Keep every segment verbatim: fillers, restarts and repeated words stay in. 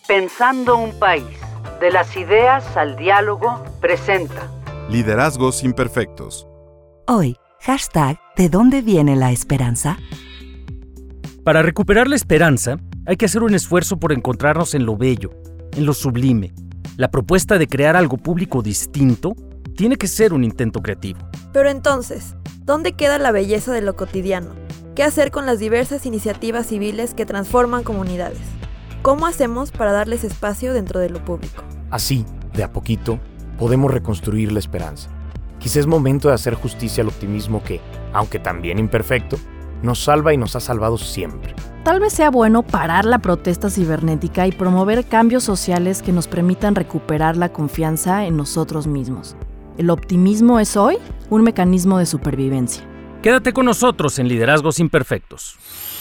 Pensando un país, de las ideas al diálogo, presenta Liderazgos Imperfectos. Hoy, hashtag ¿de dónde viene la esperanza? Para recuperar la esperanza, hay que hacer un esfuerzo por encontrarnos en lo bello, en lo sublime. La propuesta de crear algo público distinto tiene que ser un intento creativo. Pero entonces, ¿dónde queda la belleza de lo cotidiano? ¿Qué hacer con las diversas iniciativas civiles que transforman comunidades? ¿Cómo hacemos para darles espacio dentro de lo público? Así, de a poquito, podemos reconstruir la esperanza. Quizá es momento de hacer justicia al optimismo que, aunque también imperfecto, nos salva y nos ha salvado siempre. Tal vez sea bueno parar la protesta cibernética y promover cambios sociales que nos permitan recuperar la confianza en nosotros mismos. El optimismo es hoy un mecanismo de supervivencia. Quédate con nosotros en Liderazgos Imperfectos.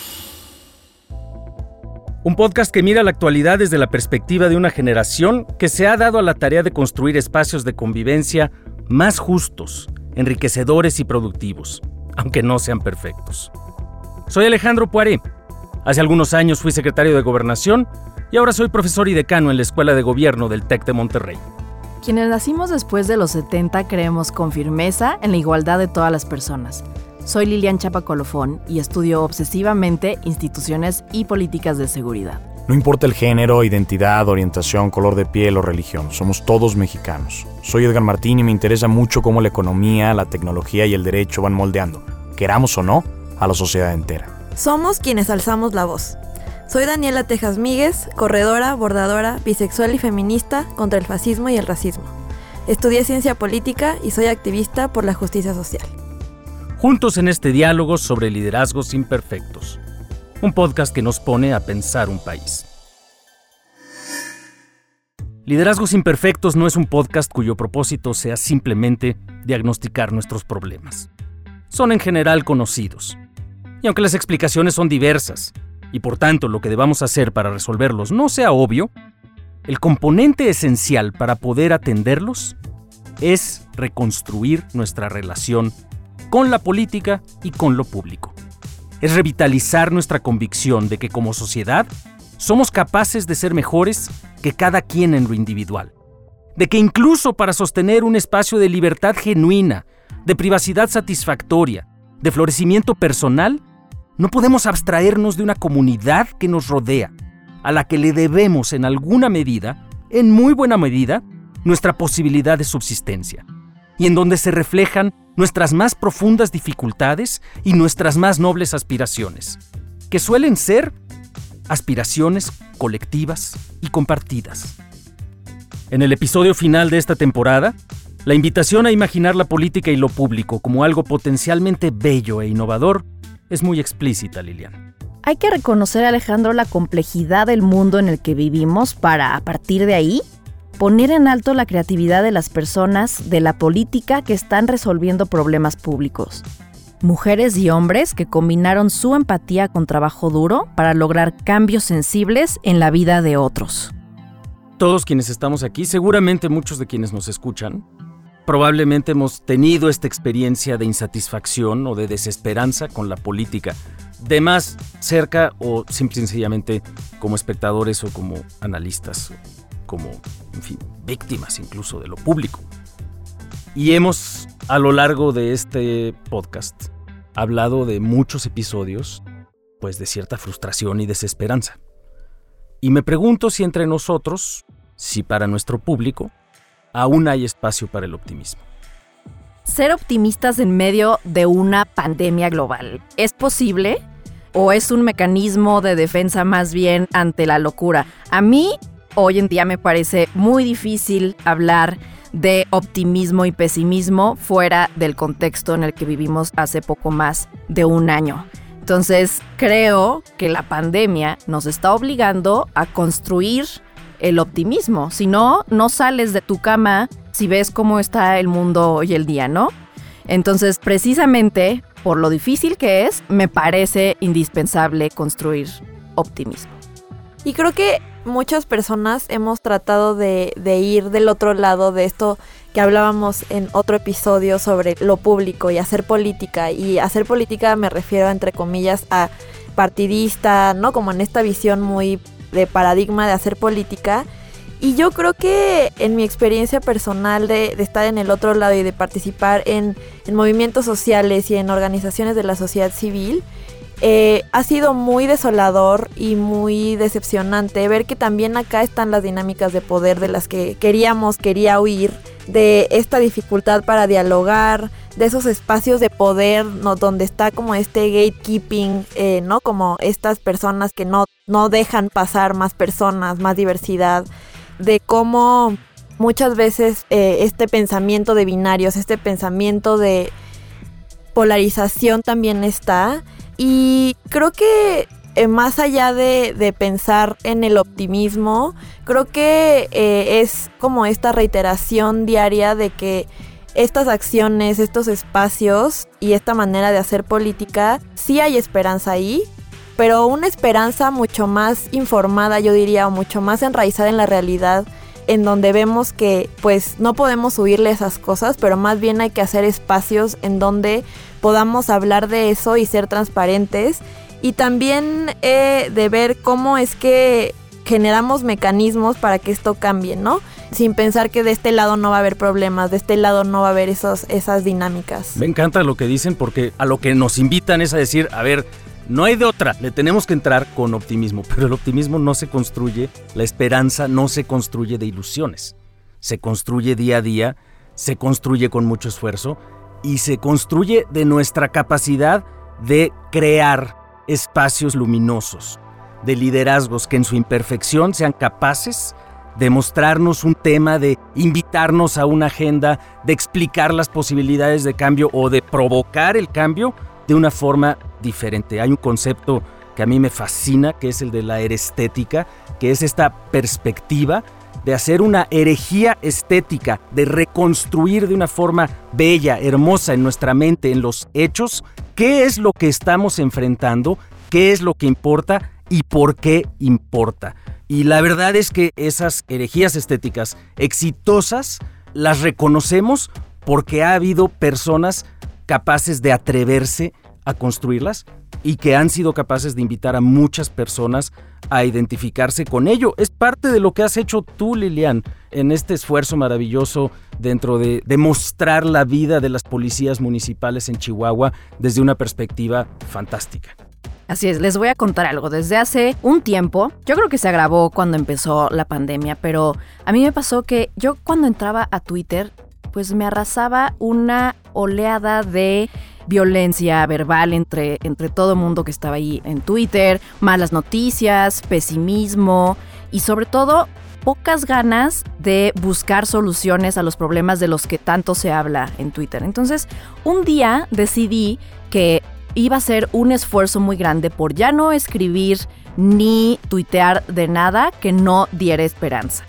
Un podcast que mira la actualidad desde la perspectiva de una generación que se ha dado a la tarea de construir espacios de convivencia más justos, enriquecedores y productivos, aunque no sean perfectos. Soy Alejandro Poiré. Hace algunos años fui secretario de Gobernación y ahora soy profesor y decano en la Escuela de Gobierno del TEC de Monterrey. Quienes nacimos después de los setenta creemos con firmeza en la igualdad de todas las personas. Soy Lilian Chapa Colofón y estudio obsesivamente instituciones y políticas de seguridad. No importa el género, identidad, orientación, color de piel o religión, somos todos mexicanos. Soy Edgar Martín y me interesa mucho cómo la economía, la tecnología y el derecho van moldeando, queramos o no, a la sociedad entera. Somos quienes alzamos la voz. Soy Daniela Tejas Míguez, corredora, bordadora, bisexual y feminista contra el fascismo y el racismo. Estudié ciencia política y soy activista por la justicia social. Juntos en este diálogo sobre liderazgos imperfectos, un podcast que nos pone a pensar un país. Liderazgos Imperfectos no es un podcast cuyo propósito sea simplemente diagnosticar nuestros problemas. Son en general conocidos. Y aunque las explicaciones son diversas, y por tanto lo que debamos hacer para resolverlos no sea obvio, el componente esencial para poder atenderlos es reconstruir nuestra relación con la política y con lo público. Es revitalizar nuestra convicción de que como sociedad somos capaces de ser mejores que cada quien en lo individual. De que incluso para sostener un espacio de libertad genuina, de privacidad satisfactoria, de florecimiento personal, no podemos abstraernos de una comunidad que nos rodea, a la que le debemos en alguna medida, en muy buena medida, nuestra posibilidad de subsistencia, y en donde se reflejan nuestras más profundas dificultades y nuestras más nobles aspiraciones, que suelen ser aspiraciones colectivas y compartidas. En el episodio final de esta temporada, la invitación a imaginar la política y lo público como algo potencialmente bello e innovador es muy explícita, Lilian. Hay que reconocer, Alejandro, la complejidad del mundo en el que vivimos para, a partir de ahí, poner en alto la creatividad de las personas de la política que están resolviendo problemas públicos. Mujeres y hombres que combinaron su empatía con trabajo duro para lograr cambios sensibles en la vida de otros. Todos quienes estamos aquí, seguramente muchos de quienes nos escuchan, probablemente hemos tenido esta experiencia de insatisfacción o de desesperanza con la política, de más cerca o simple y sencillamente como espectadores o como analistas, como, en fin, víctimas incluso de lo público. Y hemos, a lo largo de este podcast, hablado de muchos episodios, pues de cierta frustración y desesperanza. Y me pregunto si entre nosotros, si para nuestro público, aún hay espacio para el optimismo. ¿Ser optimistas en medio de una pandemia global es posible o es un mecanismo de defensa más bien ante la locura? A mí, hoy en día me parece muy difícil hablar de optimismo y pesimismo fuera del contexto en el que vivimos hace poco más de un año. Entonces, creo que la pandemia nos está obligando a construir el optimismo. Si no, no sales de tu cama si ves cómo está el mundo hoy el día, ¿no? Entonces, precisamente por lo difícil que es, me parece indispensable construir optimismo. Y creo que muchas personas hemos tratado de, de ir del otro lado de esto que hablábamos en otro episodio sobre lo público y hacer política. Y hacer política me refiero, entre comillas, a partidista, ¿no? Como en esta visión muy de paradigma de hacer política. Y yo creo que en mi experiencia personal de, de estar en el otro lado y de participar en, en movimientos sociales y en organizaciones de la sociedad civil, eh, ha sido muy desolador y muy decepcionante ver que también acá están las dinámicas de poder de las que queríamos, quería huir, de esta dificultad para dialogar, de esos espacios de poder, ¿no?, donde está como este gatekeeping, eh, ¿no? Como estas personas que no, no dejan pasar más personas, más diversidad, de cómo muchas veces eh, este pensamiento de binarios, este pensamiento de polarización también está. Y creo que eh, más allá de, de pensar en el optimismo, creo que eh, es como esta reiteración diaria de que estas acciones, estos espacios y esta manera de hacer política, sí hay esperanza ahí, pero una esperanza mucho más informada, yo diría, o mucho más enraizada en la realidad, en donde vemos que pues no podemos huirle esas cosas, pero más bien hay que hacer espacios en donde podamos hablar de eso y ser transparentes, y también eh, de ver cómo es que generamos mecanismos para que esto cambie, ¿no? Sin pensar que de este lado no va a haber problemas, de este lado no va a haber esos, esas dinámicas. Me encanta lo que dicen, porque a lo que nos invitan es a decir, a ver, no hay de otra, le tenemos que entrar con optimismo, pero el optimismo no se construye, la esperanza no se construye de ilusiones, se construye día a día, se construye con mucho esfuerzo y se construye de nuestra capacidad de crear espacios luminosos, de liderazgos que en su imperfección sean capaces de mostrarnos un tema, de invitarnos a una agenda, de explicar las posibilidades de cambio o de provocar el cambio de una forma diferente. Hay un concepto que a mí me fascina, que es el de la erestética, que es esta perspectiva de hacer una herejía estética, de reconstruir de una forma bella, hermosa en nuestra mente, en los hechos, qué es lo que estamos enfrentando, qué es lo que importa y por qué importa. Y la verdad es que esas herejías estéticas exitosas las reconocemos porque ha habido personas capaces de atreverse a construirlas y que han sido capaces de invitar a muchas personas a identificarse con ello. Es parte de lo que has hecho tú, Lilian, en este esfuerzo maravilloso dentro de, de mostrar la vida de las policías municipales en Chihuahua desde una perspectiva fantástica. Así es, les voy a contar algo. Desde hace un tiempo, yo creo que se agravó cuando empezó la pandemia, pero a mí me pasó que yo cuando entraba a Twitter, pues me arrasaba una oleada de violencia verbal entre, entre todo el mundo que estaba ahí en Twitter, malas noticias, pesimismo y sobre todo pocas ganas de buscar soluciones a los problemas de los que tanto se habla en Twitter. Entonces, un día decidí que iba a ser un esfuerzo muy grande por ya no escribir ni tuitear de nada que no diera esperanza.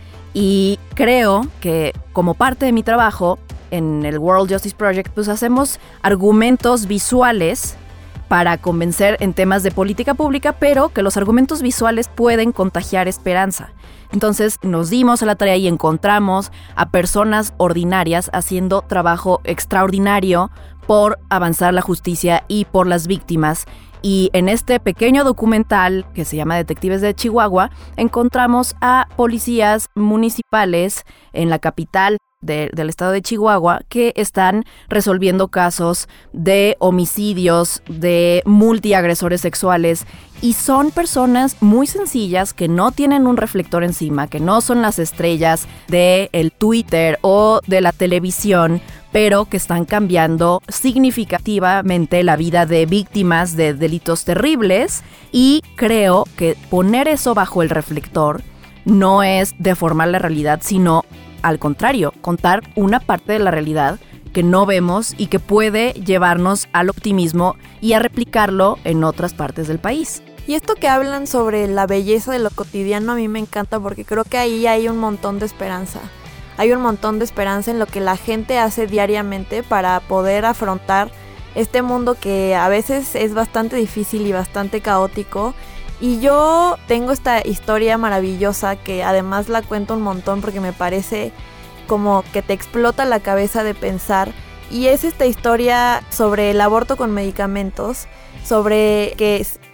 Y creo que como parte de mi trabajo en el World Justice Project, pues hacemos argumentos visuales para convencer en temas de política pública, pero que los argumentos visuales pueden contagiar esperanza. Entonces nos dimos a la tarea y encontramos a personas ordinarias haciendo trabajo extraordinario por avanzar la justicia y por las víctimas. Y en este pequeño documental que se llama Detectives de Chihuahua, encontramos a policías municipales en la capital de, del estado de Chihuahua que están resolviendo casos de homicidios, de multiagresores sexuales, y son personas muy sencillas que no tienen un reflector encima, que no son las estrellas del Twitter o de la televisión, pero que están cambiando significativamente la vida de víctimas de delitos terribles. Y creo que poner eso bajo el reflector no es deformar la realidad, sino al contrario, contar una parte de la realidad que no vemos y que puede llevarnos al optimismo y a replicarlo en otras partes del país. Y esto que hablan sobre la belleza de lo cotidiano a mí me encanta, porque creo que ahí hay un montón de esperanza. Hay un montón de esperanza en lo que la gente hace diariamente para poder afrontar este mundo que a veces es bastante difícil y bastante caótico. Y yo tengo esta historia maravillosa que además la cuento un montón porque me parece como que te explota la cabeza de pensar. Y es esta historia sobre el aborto con medicamentos, sobre que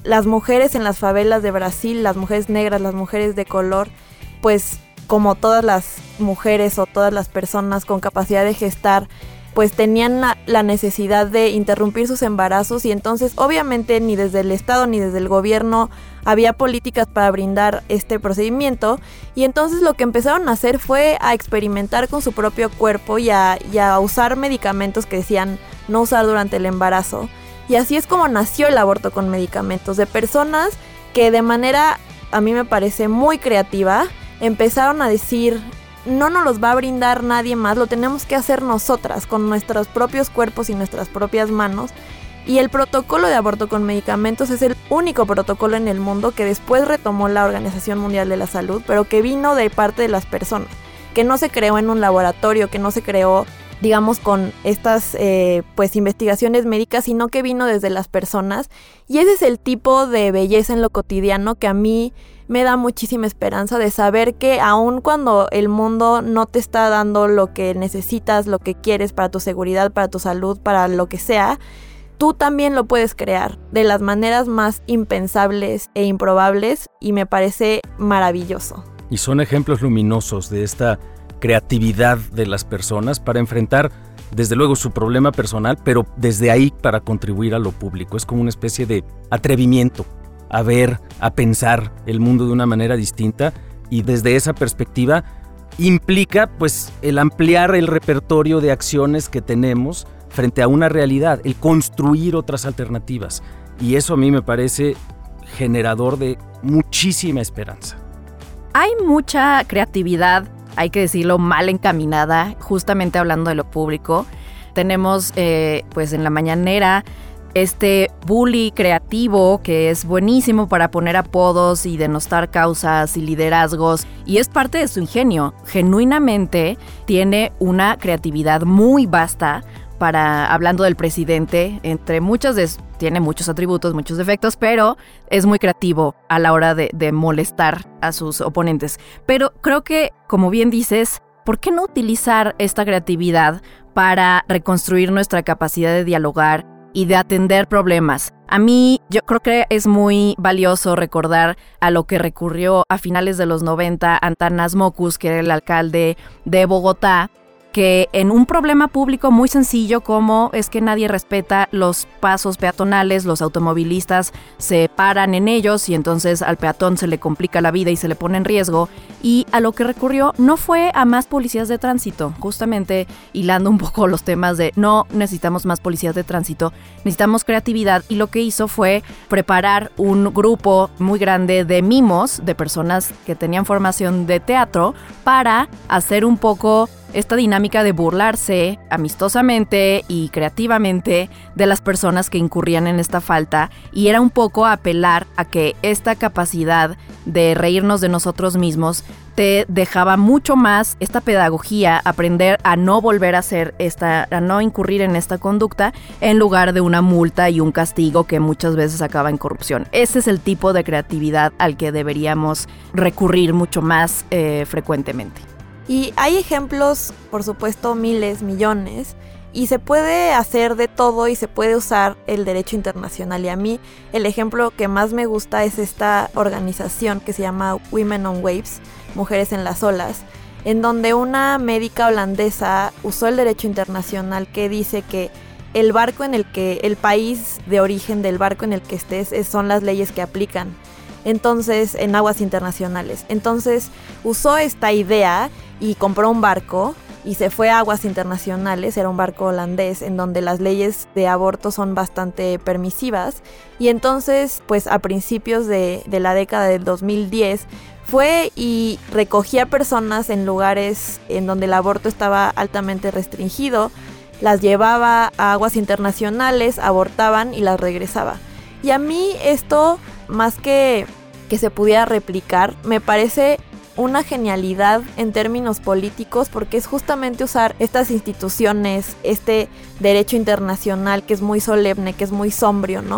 las mujeres en las favelas de Brasil, las mujeres negras, las mujeres de color, pues como todas las mujeres o todas las personas con capacidad de gestar, pues tenían la, la necesidad de interrumpir sus embarazos, y entonces obviamente ni desde el Estado ni desde el gobierno había políticas para brindar este procedimiento, y entonces lo que empezaron a hacer fue a experimentar con su propio cuerpo y a, y a usar medicamentos que decían no usar durante el embarazo. Y así es como nació el aborto con medicamentos, de personas que de manera, a mí me parece muy creativa, empezaron a decir: no nos los va a brindar nadie más, lo tenemos que hacer nosotras, con nuestros propios cuerpos y nuestras propias manos. Y el protocolo de aborto con medicamentos es el único protocolo en el mundo que después retomó la Organización Mundial de la Salud, pero que vino de parte de las personas, que no se creó en un laboratorio, que no se creó, digamos, con estas eh, pues investigaciones médicas, sino que vino desde las personas. Y ese es el tipo de belleza en lo cotidiano que a mí me da muchísima esperanza, de saber que aun cuando el mundo no te está dando lo que necesitas, lo que quieres para tu seguridad, para tu salud, para lo que sea, tú también lo puedes crear de las maneras más impensables e improbables, y me parece maravilloso. Y son ejemplos luminosos de esta creatividad de las personas para enfrentar, desde luego, su problema personal, pero desde ahí para contribuir a lo público. Es como una especie de atrevimiento a ver, a pensar el mundo de una manera distinta, y desde esa perspectiva implica pues el ampliar el repertorio de acciones que tenemos frente a una realidad, el construir otras alternativas, y eso a mí me parece generador de muchísima esperanza. Hay mucha creatividad, hay que decirlo, mal encaminada, justamente hablando de lo público. Tenemos eh, pues en la mañanera este bully creativo que es buenísimo para poner apodos y denostar causas y liderazgos, y es parte de su ingenio. Genuinamente tiene una creatividad muy vasta para, hablando del presidente, entre muchas de, tiene muchos atributos, muchos defectos, pero es muy creativo a la hora de, de molestar a sus oponentes. Pero creo que, como bien dices, ¿por qué no utilizar esta creatividad para reconstruir nuestra capacidad de dialogar y de atender problemas? A mí, yo creo que es muy valioso recordar a lo que recurrió a finales de los noventa Antanas Mockus, que era el alcalde de Bogotá, que en un problema público muy sencillo como es que nadie respeta los pasos peatonales, los automovilistas se paran en ellos y entonces al peatón se le complica la vida y se le pone en riesgo, y a lo que recurrió no fue a más policías de tránsito, justamente hilando un poco los temas de no necesitamos más policías de tránsito, necesitamos creatividad, y lo que hizo fue preparar un grupo muy grande de mimos, de personas que tenían formación de teatro, para hacer un poco esta dinámica de burlarse amistosamente y creativamente de las personas que incurrían en esta falta, y era un poco apelar a que esta capacidad de reírnos de nosotros mismos te dejaba mucho más esta pedagogía, aprender a no volver a hacer esta, a no incurrir en esta conducta, en lugar de una multa y un castigo que muchas veces acaba en corrupción. Ese es el tipo de creatividad al que deberíamos recurrir mucho más eh, frecuentemente. Y hay ejemplos, por supuesto, miles, millones, y se puede hacer de todo y se puede usar el derecho internacional. Y a mí el ejemplo que más me gusta es esta organización que se llama Women on Waves, Mujeres en las Olas, en donde una médica holandesa usó el derecho internacional que dice que el barco en el que, el país de origen del barco en el que estés son las leyes que aplican. Entonces, en aguas internacionales. Entonces, usó esta idea y compró un barco y se fue a aguas internacionales. Era un barco holandés en donde las leyes de aborto son bastante permisivas. Y entonces, pues a principios de, de la década del dos mil diez, fue y recogía personas en lugares en donde el aborto estaba altamente restringido, las llevaba a aguas internacionales, abortaban y las regresaba. Y a mí esto, más que que se pudiera replicar, me parece una genialidad en términos políticos, porque es justamente usar estas instituciones, este derecho internacional que es muy solemne, que es muy sombrío, ¿no?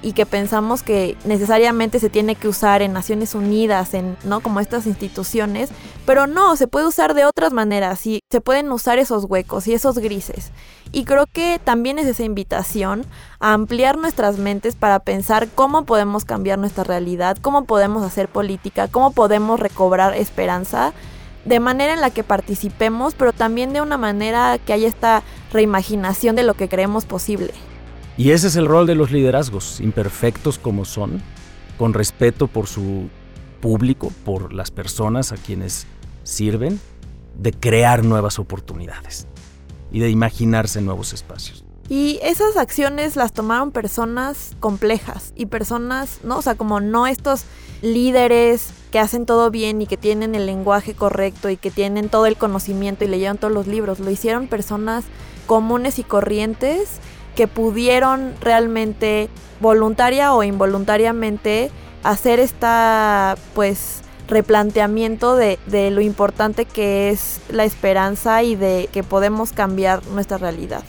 y que pensamos que necesariamente se tiene que usar en Naciones Unidas, en, ¿no? Como estas instituciones, pero no, se puede usar de otras maneras y se pueden usar esos huecos y esos grises. Y creo que también es esa invitación a ampliar nuestras mentes para pensar cómo podemos cambiar nuestra realidad, cómo podemos hacer política, cómo podemos recobrar esperanza, de manera en la que participemos, pero también de una manera que haya esta reimaginación de lo que creemos posible. Y ese es el rol de los liderazgos, imperfectos como son, con respeto por su público, por las personas a quienes sirven, de crear nuevas oportunidades y de imaginarse nuevos espacios. Y esas acciones las tomaron personas complejas y personas, ¿no? O sea, como no estos líderes que hacen todo bien y que tienen el lenguaje correcto y que tienen todo el conocimiento y leyeron todos los libros. Lo hicieron personas comunes y corrientes que pudieron realmente, voluntaria o involuntariamente, hacer esta, pues, replanteamiento de, de lo importante que es la esperanza y de que podemos cambiar nuestra realidad.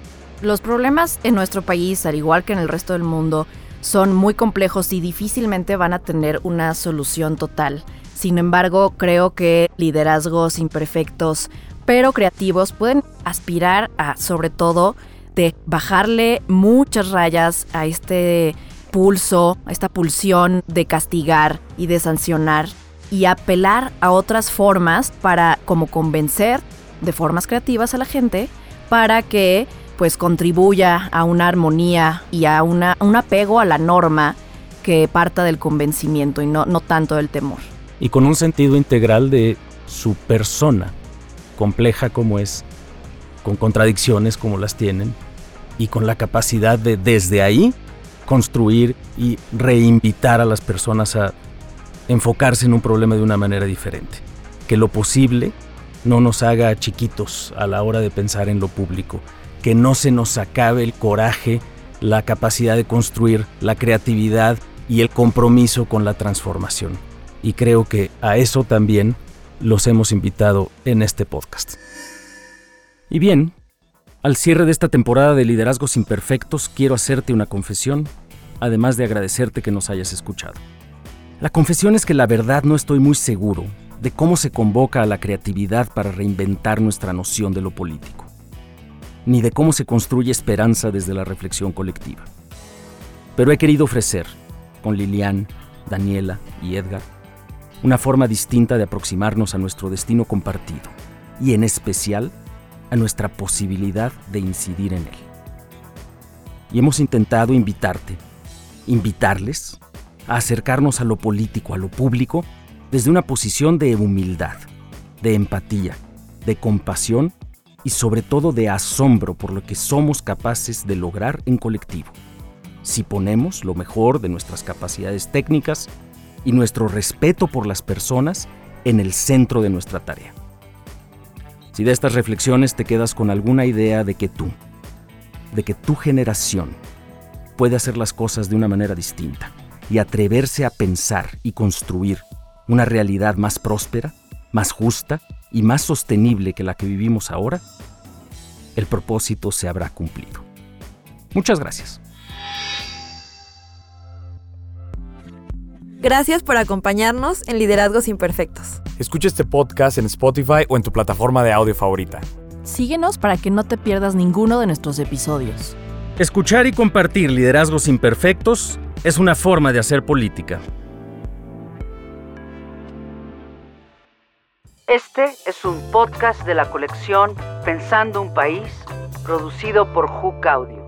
Los problemas en nuestro país, al igual que en el resto del mundo, son muy complejos y difícilmente van a tener una solución total. Sin embargo, creo que liderazgos imperfectos, pero creativos, pueden aspirar a, sobre todo, de bajarle muchas rayas a este pulso, a esta pulsión de castigar y de sancionar y apelar a otras formas para como convencer de formas creativas a la gente para que pues contribuya a una armonía y a una, un apego a la norma que parta del convencimiento y no, no tanto del temor. Y con un sentido integral de su persona, compleja como es, con contradicciones como las tienen, y con la capacidad de desde ahí construir y reinvitar a las personas a enfocarse en un problema de una manera diferente. Que lo posible no nos haga chiquitos a la hora de pensar en lo público, que no se nos acabe el coraje, la capacidad de construir, la creatividad y el compromiso con la transformación. Y creo que a eso también los hemos invitado en este podcast. Y bien, al cierre de esta temporada de Liderazgos Imperfectos, quiero hacerte una confesión, además de agradecerte que nos hayas escuchado. La confesión es que la verdad no estoy muy seguro de cómo se convoca a la creatividad para reinventar nuestra noción de lo político, ni de cómo se construye esperanza desde la reflexión colectiva. Pero he querido ofrecer, con Lilian, Daniela y Edgar, una forma distinta de aproximarnos a nuestro destino compartido, y en especial a nuestra posibilidad de incidir en él. Y hemos intentado invitarte, invitarles a acercarnos a lo político, a lo público, desde una posición de humildad, de empatía, de compasión y sobre todo de asombro por lo que somos capaces de lograr en colectivo, si ponemos lo mejor de nuestras capacidades técnicas y nuestro respeto por las personas en el centro de nuestra tarea. Si de estas reflexiones te quedas con alguna idea de que tú, de que tu generación puede hacer las cosas de una manera distinta y atreverse a pensar y construir una realidad más próspera, más justa y más sostenible que la que vivimos ahora, el propósito se habrá cumplido. Muchas gracias. Gracias por acompañarnos en Liderazgos Imperfectos. Escucha este podcast en Spotify o en tu plataforma de audio favorita. Síguenos para que no te pierdas ninguno de nuestros episodios. Escuchar y compartir Liderazgos Imperfectos es una forma de hacer política. Este es un podcast de la colección Pensando un País, producido por Hook Audio.